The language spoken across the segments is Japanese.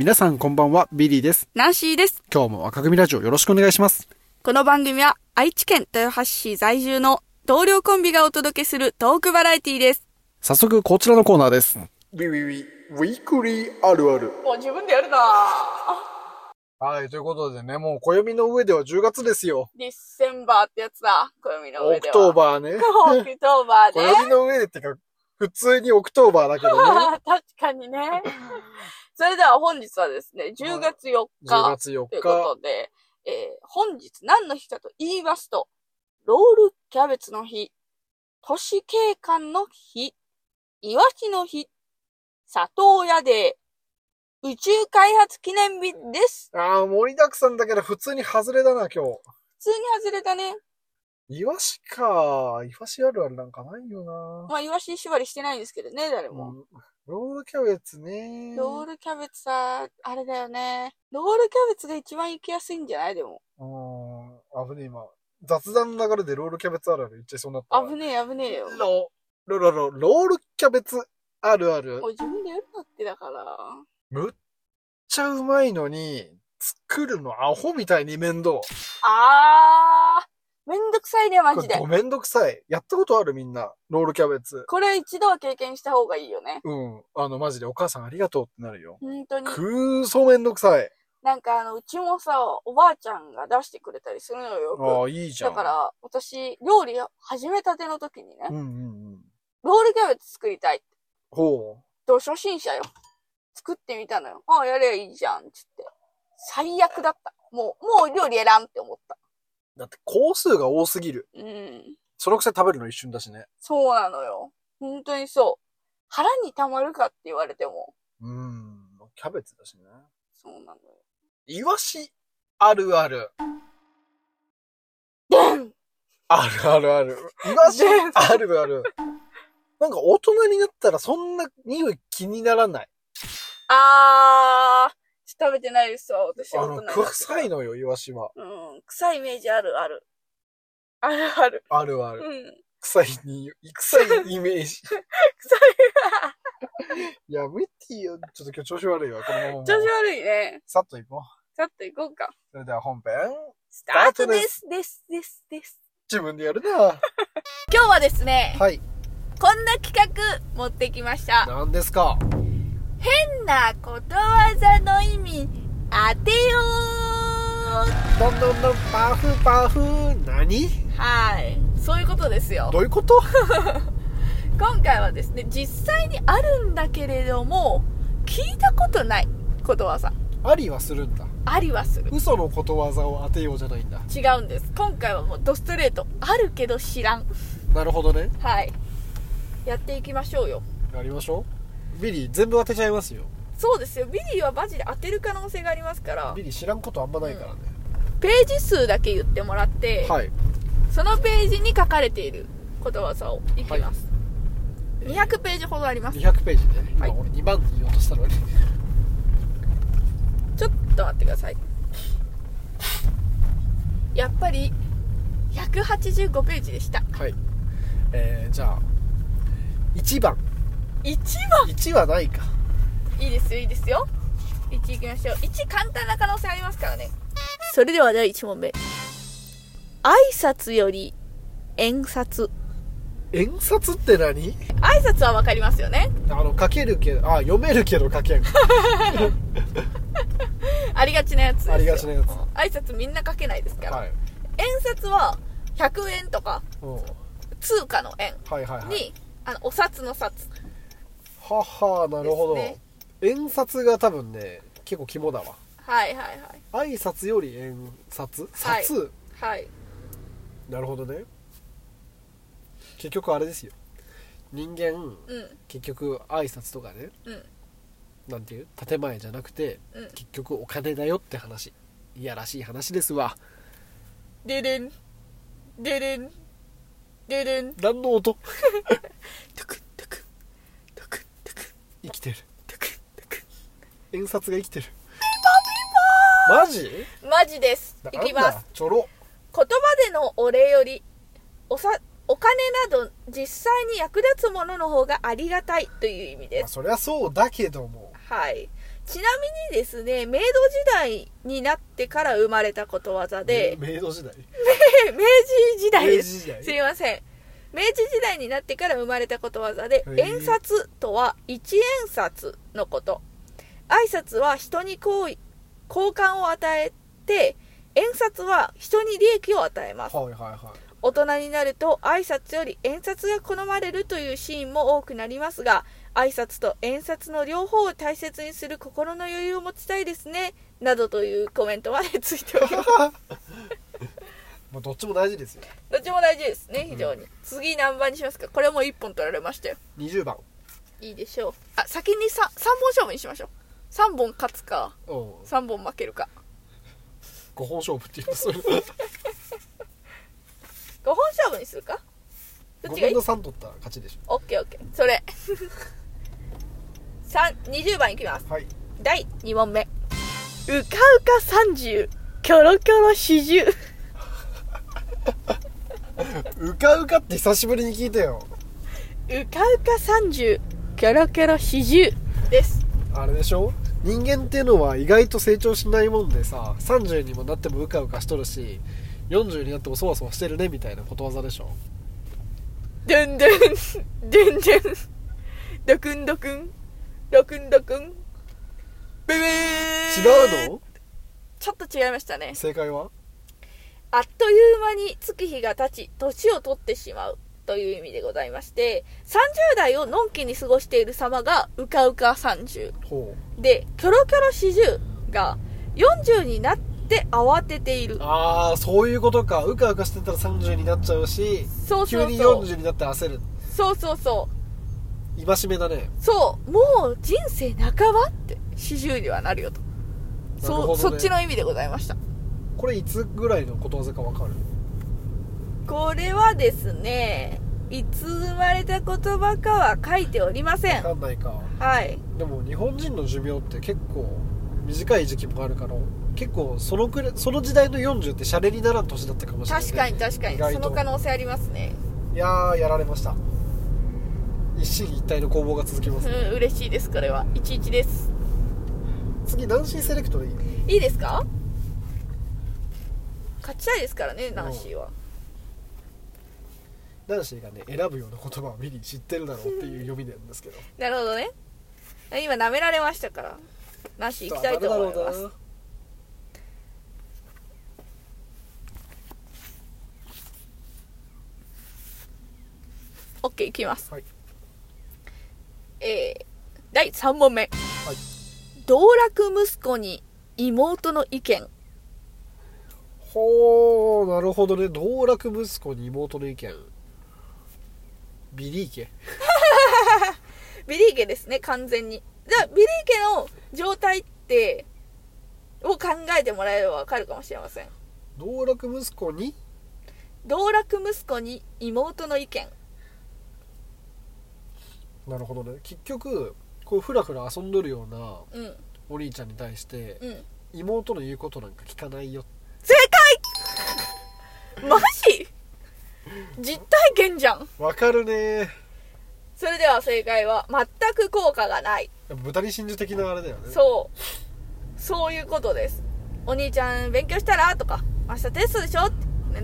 皆さんこんばんは、ビリーです。 ナンシーです。 今日も赤組ラジオよろしくお願いします。 この番組は愛知県豊橋市在住の同僚コンビがお届けするトークバラエティです。 早速こちらのコーナーです。ビビビウィークリーあるある。 もう自分でやるなはい、ということでね、もう暦の上では10月ですよ。 ディセンバーってやつだ。暦の上では。 オクトーバーね。 オクトーバーね。 暦の上でってか、普通にオクトーバーだけどね。 確かにね。それでは本日はですね、10月4日。 10月4日。 ということで、本日何の日かと言いますと、ロールキャベツの日、都市景観の日、いわきの日、里親デー、宇宙開発記念日です。 ああ、盛りだくさんだけど普通に外れだな、今日。 普通に外れたね。 イワシか。イワシあるあるなんかないよな。 まあ、イワシ縛りしてないんですけどね、誰も。 ロールキャベツね。 ロールキャベツさ、あれだよね。ロールキャベツが一番行きやすいんじゃないでも。 危ねえ、今。雑談の流れでロールキャベツあるある言っちゃいそうになった。 危ねえ、危ねえよ。 ロールキャベツあるある。 もう自分でやるなってだから。 むっちゃうまいのに、作るのアホみたいに面倒。 めんどくさいね、マジで。 めんどくさい。やったことあるみんな。ロールキャベツ。 これ一度は経験した方がいいよね。 マジでお母さんありがとうってなるよ。 本当に。 くーそめんどくさい。 なんかうちもさ、おばあちゃんが出してくれたりするのよ、よく。 ああ、いいじゃん。 だから、私、料理始めたての時にね。ロールキャベツ作りたい。 ほう。 初心者よ。作ってみたのよ。やればいいじゃん、つって。最悪だった。もう料理やらんって思った。 だって工数が多すぎる。そのくせ食べるの一瞬だしね。 そうなのよ。本当にそう。腹に溜まるかって言われても。 キャベツだしね。 そうなのよ。 イワシあるある。 でんあるあるある。イワシあるある。なんか大人になったらそんな匂い気にならない。 食べてないですわ、私は。 臭いのよ、イワシは。 臭いイメージあるある。あるある。 あるある。臭いイメージ。臭い。いや、見てよ。ちょっと今日調子悪いわ。このまま。 調子悪いね。 さっと行こう。 さっと行こうか。 それでは本編、 スタートです。 自分でやるな。 今日はですね。 はい。 こんな企画持ってきました。 何ですか？ 変なことわざの意味当てよう。どんパフ何？ はい。そういうことですよ。 どういうこと？ 今回はですね、実際にあるんだけれども聞いたことないことわざ。 ありはするんだ。 ありはする。 嘘のことわざを当てようじゃないんだ。 違うんです。今回はもうドストレート。あるけど知らん。 なるほどね。 はい。やっていきましょうよ。 やりましょう。ビリー全部当てちゃいますよ。 そうですよ。ビリーはマジで当てる可能性がありますから。 ビリー知らんことあんまないからね。 ページ数だけ言ってもらって、 はい。 そのページに書かれていることわざをいきます。はい、200ページほどあります。 200ページね。 はい、 今俺2番って言おうとしたのに。 ちょっと待ってください。やっぱり185ページでした。 はい。じゃあ1番。1はないか。 いいですよ。1いきましょう。1簡単な可能性ありますからね。それでは第1問目。挨拶より円札。 円札って何？ 挨拶はわかりますよね。 書けるけど、読めるけど書けん。 ありがちなやつですよ。 ありがちなやつ。 挨拶みんな書けないですから。 はい、 円札は100円とか通貨の円に、お札の札。 はは、なるほど、ね。円札が多分ね結構肝だわ。 はい。 挨拶より円札？札？ はい。 なるほどね。結局あれですよ。人間、結局挨拶とかね、なんていう建前じゃなくて、結局お金だよって話。いやらしい話ですわ。 ででん何の音？トクトクトクトク。生きてる。トクトク。円札が生きてる。マジ？ マジです。いきます。 ちょろ。 言葉でのお礼よりお金など実際に役立つものの方がありがたいという意味です。 そりゃそうだけども。 はい。 ちなみにですね、明治時代になってから生まれたことわざで、 明治時代明治時代です。 明治時代すいません。明治時代になってから生まれたことわざで、円札とは一円札のこと。挨拶は人に交換を与えて、円札は人に利益を与えます。 はいはいはい。 大人になると挨拶より円札が好まれるというシーンも多くなりますが、挨拶と円札の両方を大切にする心の余裕を持ちたいですね、などというコメントまでついております。 まあどっちも大事ですよ。 どっちも大事ですね、非常に。次何番にしますか？これはもう1本取られましたよ。 20番。 いいでしょう。あ、先に 3本勝負にしましょう。3本勝つか、3本負けるか。 5本勝負って言います。5 本勝負にするか？どっちがいい？ 5分の3取ったら勝ちでしょ。 オッケーオッケー。それ。20番いきます。 はい。 第2問目。うかうか30、キョロキョロ40。 うかうかって久しぶりに聞いたよ。 うかうか30、キョロキョロ40です。 あれでしょ？人間っていうのは意外と成長しないもんでさ、30にもなってもうかうかしとるし、40になってもそわそわしてるねみたいなことわざでしょ。 でんでん、でんでん、ドクンドクン、ドクンドクン、ブブー。 違うの？ ちょっと違いましたね。 正解は？ あっという間に月日が経ち、年を取ってしまうという意味でございまして、30代をのんきに過ごしている様がうかうか30。で、キョロキョロ40が40になって慌てている。 ああ、そういうことか。うかうかしてたら30になっちゃうし、 そうそうそう、 急に40になって焦る。 そうそうそう。 戒めだね。 そう、もう人生半ばって40にはなるよと。そう、そっちの意味でございました。 これいつぐらいのことわざかわかる？ これはですね、いつ生まれた言葉かは書いておりません。 わかんないか。 はい。 でも日本人の寿命って結構短い時期もあるから、結構その時代の40ってシャレにならん年だったかもしれない、ね、 確かに確かに、その可能性ありますね。 いやー、やられました。一進一退の攻防が続きますね。 嬉しいです。これは11です。 次ナンシーセレクトでいい？ いいですか？勝ちたいですからね、ナンシーは。 ナンシーがね、選ぶような言葉をミリ知ってるだろうっていう読みなんですけど。 なるほどね。今舐められましたから、ナンシー行きたいと思います。オッケー、いきます。 はい。 第3問目。はい。道楽息子に妹の意見。 ほー、なるほどね。道楽息子に妹の意見。ビリー家。 ビリー家ですね、完全に。じゃあ、ビリー家の状態ってを考えてもらえればわかるかもしれません。 道楽息子に妹の意見。 なるほどね。結局こうフラフラ遊んどるようなお兄ちゃんに対して、妹の言うことなんか聞かないよ。 正解マジ実体験じゃん。 わかるね。 それでは正解は全く効果がない。 豚に真珠的なあれだよね。 そういうことです。お兄ちゃん勉強したらとか、明日テストでしょって、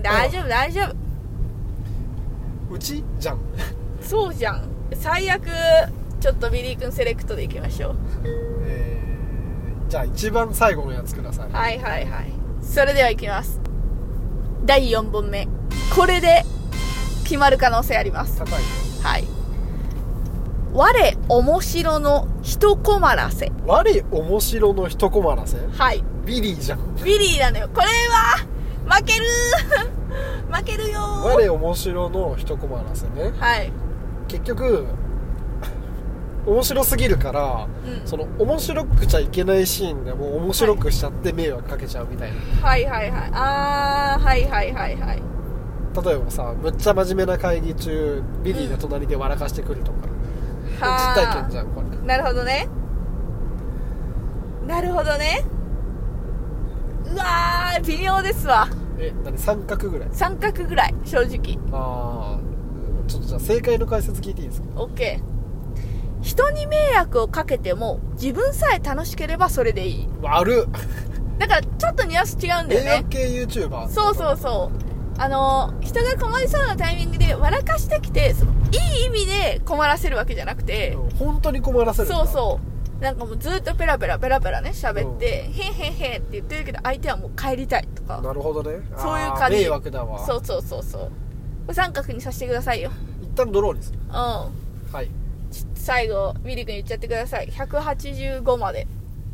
大丈夫大丈夫。 うちじゃん。 そうじゃん。最悪ちょっとビリー君セレクトでいきましょう。 じゃあ一番最後のやつください。 はいはいはい。それではいきます。第4問目。これで決まる可能性あります。 高い。 はい。我面白の一困らせ。 我面白の一困らせ。 はい。 ビリーじゃん。 ビリーなのよ。これは負ける負けるよ。 我面白の一困らせね。 はい。 結局面白すぎるから、その面白くちゃいけないシーンでも面白くしちゃって迷惑かけちゃうみたいな。 はいはいはい。はいはいはいはい。 例えばさ、むっちゃ真面目な会議中ビリーが隣で笑かしてくるとか、実体験じゃんこれ。 なるほどね。なるほどね。うわー、微妙ですわ。 三角ぐらい？ 三角ぐらい、正直。 ちょっとじゃあ正解の解説聞いていいですか？ OK。 人に迷惑をかけても自分さえ楽しければそれでいい。 悪っ。 だからちょっとニュアンス違うんだよね。 迷惑系 YouTuber。 そうそうそう。人が困りそうなタイミングで笑かしてきて、いい意味で困らせるわけじゃなくて、 本当に困らせるんだ。 そうそう。なんかもうずっとペラペラペラペラね喋って、へんへんへんって言ってるけど相手はもう帰りたいとか。 なるほどね。 そういう感じ。 迷惑だわ。 そうそうそうそう。これ三角にさせてくださいよ。 一旦ドローにする。 うん。 はい。 最後ミリ君言っちゃってください。185まで。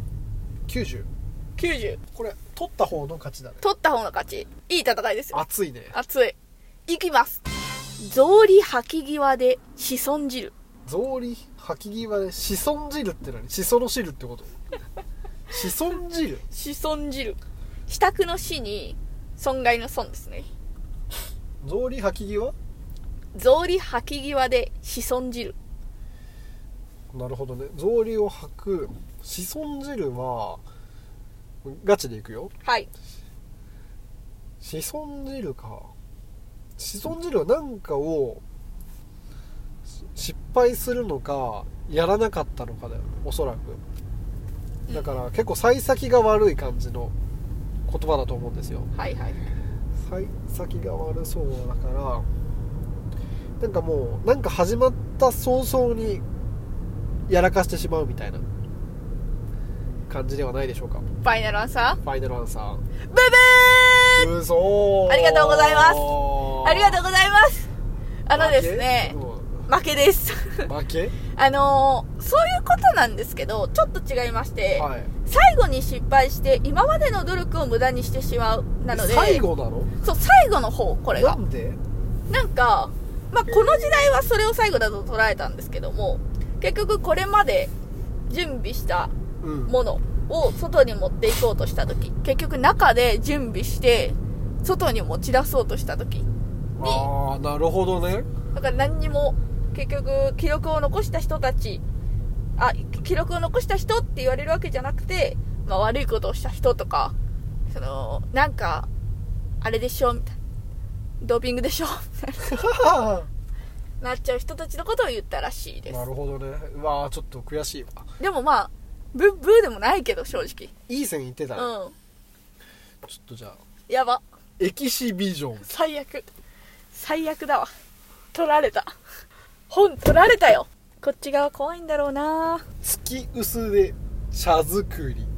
90。これ取った方の勝ちだね。 取った方の勝ち。いい戦いですよ。 熱いね。 熱い。いきます。草履履き際で子孫汁。 草履履き際で子孫汁って何？しその汁ってこと？子孫汁？ 子孫汁。支度の死に損害の損ですね。 草履履き際？ 草履履き際で子孫汁。 なるほどね。草履を履く子孫汁はガチでいくよ。 はい。 子孫汁か。子孫汁は何かを失敗するのかやらなかったのかだよ、おそらく。だから結構幸先が悪い感じの言葉だと思うんですよ。 はいはい。 幸先が悪そうだから、なんかもうなんか始まった早々にやらかしてしまうみたいな感じではないでしょうか。 ファイナルアンサー？ ファイナルアンサー。 ブブー！ 嘘ー。 ありがとうございます。ありがとうございます。ですね、負けです。 負け？ そういうことなんですけど、ちょっと違いまして、 はい、 最後に失敗して今までの努力を無駄にしてしまう。なので、 最後なの？ そう、最後の方、これが。 なんで？ なんか、まあ、この時代はそれを最後だと捉えたんですけども、結局これまで準備したものを外に持っていこうとした時、結局中で準備して外に持ち出そうとした時に、 ああ、なるほどね。 だから何にも結局記録を残した人たち、記録を残した人って言われるわけじゃなくて、まあ、悪いことをした人とか、なんかあれでしょみたいな、ドーピングでしょみたいななっちゃう人たちのことを言ったらしいです。 なるほどね。うわー、ちょっと悔しいわ。 でもまあブーでもないけど、正直いい線いってたね。 うん。 ちょっとじゃあやば、 エキシビジョン。 最悪だわ。取られた。本取られたよ。こっち側怖いんだろうな。 月薄で茶作り。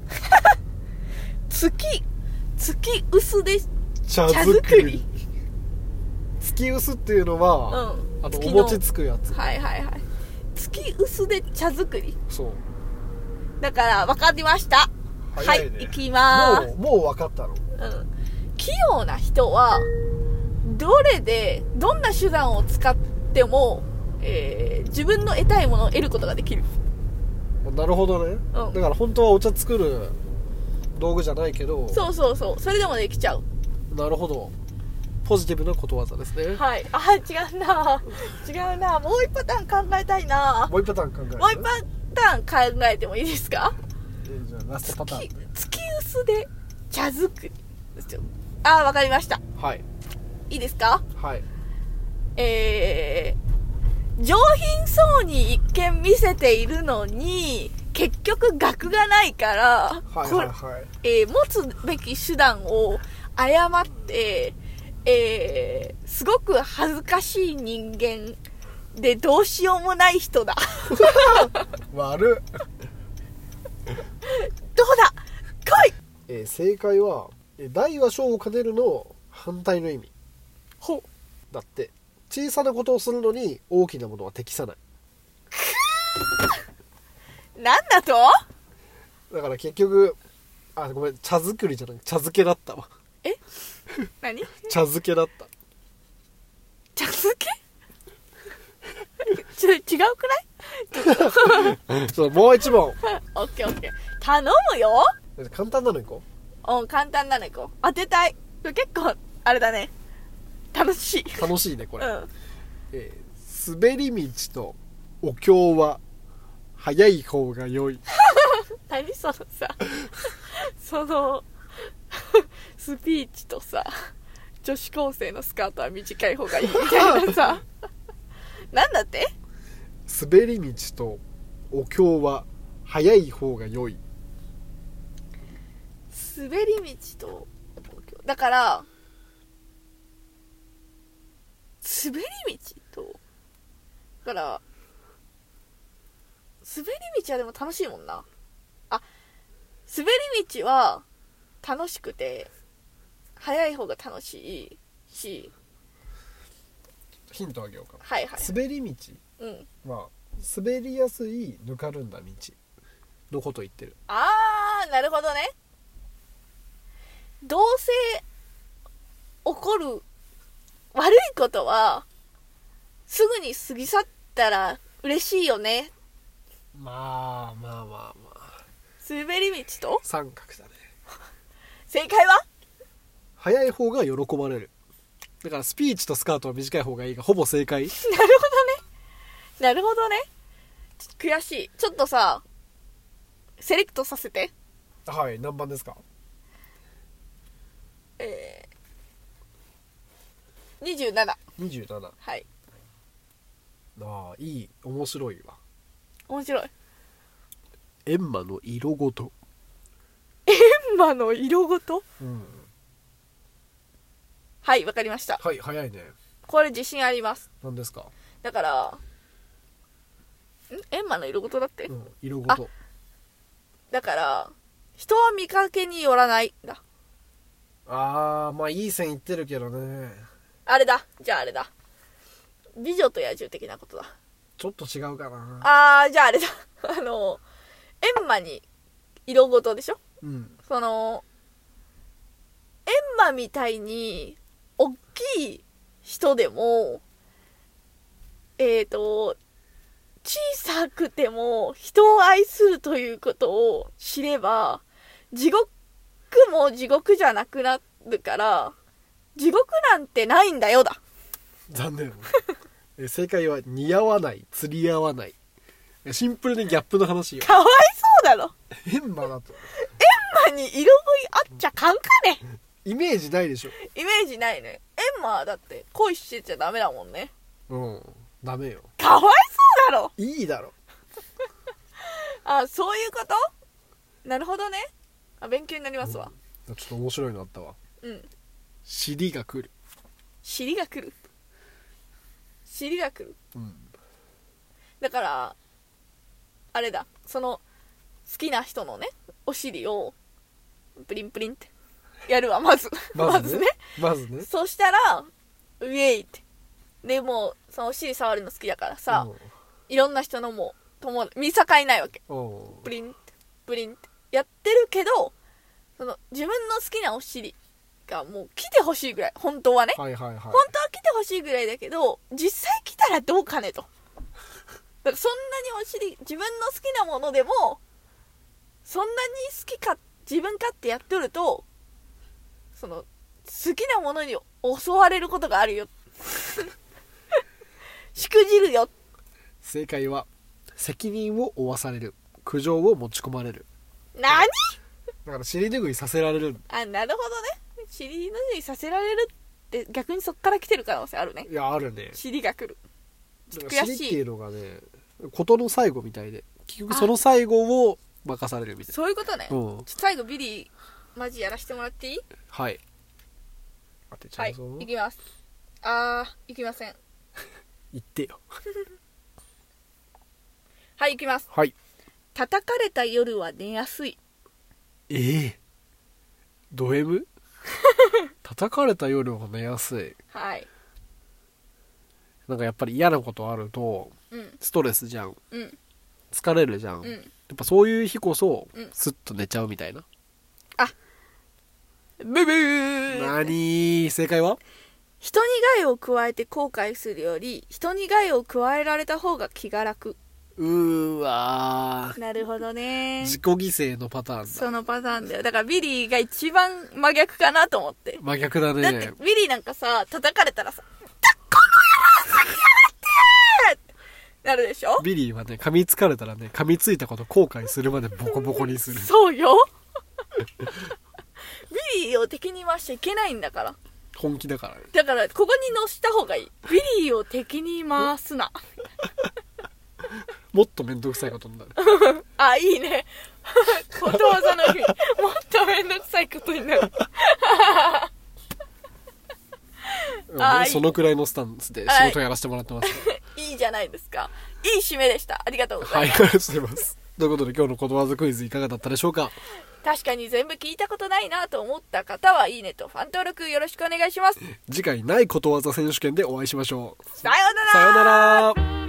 月薄で茶作り。月薄っていうのは、お餅つくやつ。 はいはいはい。月薄で茶作り。 そう。 だから分かりました。はい、行きまーす。 もう分かったの。 器用な人はどんな手段を使っても、自分の得たいものを得ることができる。 なるほどね。だから本当はお茶作る道具じゃないけど、 そうそれでもできちゃう。なるほど。ポジティブなことわざですね。 はい。違うな。もう一パターン考えたいな。 もう一パターン考えてもいいですか？ じゃあラストパターン。 月薄で茶作り。わかりました。 はい。 いいですか？ はい。 上品そうに一見見せているのに結局額がないから、持つべき手段を誤って、すごく恥ずかしい人間でどうしようもない人だ。 悪っ。 どうだ、来い。正解は大は小を兼ねるの反対の意味。だって小さなことをするのに大きなものは適さない。 なんだと？ だから結局、ごめん、茶作りじゃなくて茶漬けだったわ。 何？ 茶漬けだった。 茶漬け？違うくない？そう、もう一問。 オッケー。頼むよ。 簡単なのいこう。簡単なのいこう。当てたい。結構あれだね。楽しいねこれ。滑り道とお経は早い方が良い。 何そのさ、スピーチとさ、女子高生のスカートは短い方がいいみたいなさ。なんだって？ 滑り道とお経は早い方が良い。 滑り道とお経だから、滑り道とだから滑り道はでも楽しいもんな。あ、滑り道は楽しくて早い方が楽しいし。 ヒントあげようか。 はいはい。 滑り道は、滑りやすいぬかるんだ道のこと言ってる。 あー、なるほどね。どうせ起こる悪いことはすぐに過ぎ去ったら嬉しいよね。 まあ滑り道と三角だね。 正解は早い方が喜ばれる。だからスピーチとスカートは短い方がいいがほぼ正解。 なるほどね。悔しい。ちょっとさセレクトさせて。 はい、何番ですか。 27。はい。 ああ、いい、面白いわ。 面白い。 閻魔の色ごと。 閻魔の色ごと。はい、わかりました。 はい、早いね。 これ自信あります。 何ですか。 だから閻魔の色ごとだって、 色ごとだから人は見かけによらないんだ。 まあいい線いってるけどね。 あれだ。じゃああれだ。美女と野獣的なことだ。 ちょっと違うかな。 じゃああれだ。閻魔に色ごとでしょ。その閻魔みたいに大きい人でも小さくても人を愛するということを知れば地獄も地獄じゃなくなるから地獄なんてないんだよだ。 残念。正解は似合わない、釣り合わない。シンプルにギャップの話よ。 かわいそうだろ。 閻魔だと閻魔に色恋あっちゃ買うかね。 イメージないでしょ。 イメージないね。閻魔だって恋してちゃダメだもんね。 ダメよ。 かわいそうだろ。 いいだろ。 そういうこと。なるほどね。勉強になりますわ。 ちょっと面白いのあったわ。尻が来る。 尻が来る。だからあれだ。その好きな人のねお尻をプリンプリンってやるわ。まずね。そしたらウェイってでもうそのお尻触るの好きだからさ、いろんな人のも見境ないわけ。プリンってプリンってやってるけど、その自分の好きなお尻がもう来てほしいぐらい。本当はね、本当は来てほしいぐらいだけど実際来たらどうかねと。だからそんなにお尻自分の好きなものでもそんなに自分勝手やっとるとその好きなものに襲われることがあるよ。しくじるよ。 正解は責任を負わされる、苦情を持ち込まれる。 何？ だから尻拭いさせられる。 なるほどね。尻拭いさせられるって逆にそっから来てる可能性あるね。 いや、あるね。 尻が来る。 尻っていうのがね事の最後みたいで、結局その最後を任されるみたいな。 そういうことね。最後ビリーマジやらせてもらっていい？ はい。当てちゃうぞ。 はい、いきます。いきません。 言ってよ。 はい、いきます。 はい。 叩かれた夜は寝やすい。 ド M？ 叩かれた夜は寝やすい。 はい。 なんかやっぱり嫌なことあると、ストレスじゃん。疲れるじゃん。やっぱそういう日こそ、スッと寝ちゃうみたいな。 ブブー。 正解は？ 人に害を加えて後悔するより人に害を加えられた方が気が楽。 なるほどね。 自己犠牲のパターンだ。 そのパターンだよ。だからビリーが一番真逆かなと思って。 真逆だね。 だってビリーなんかさ叩かれたらさ、この野郎先やがってなるでしょ。 ビリーはね、噛みつかれたらね、噛みついたこと後悔するまでボコボコにする。 そうよ。ビリーを敵に回しちゃいけないんだから。 本気だからね。 だからここに乗した方がいい。ビリーを敵に回すな。 もっとめんどくさいことになるあ、いいねことわざの日もっとめんどくさいことになるそのくらいのスタンスで仕事やらせてもらってます、 いいじゃないですか。いい締めでした。ありがとうございます。 はい、ありがとうございます。ということで今日のことわざクイズいかがだったでしょうか。 確かに全部聞いたことないなと思った方はいいねとファン登録よろしくお願いします。 次回ないことわざ選手権でお会いしましょう。 さようなら。 さようなら。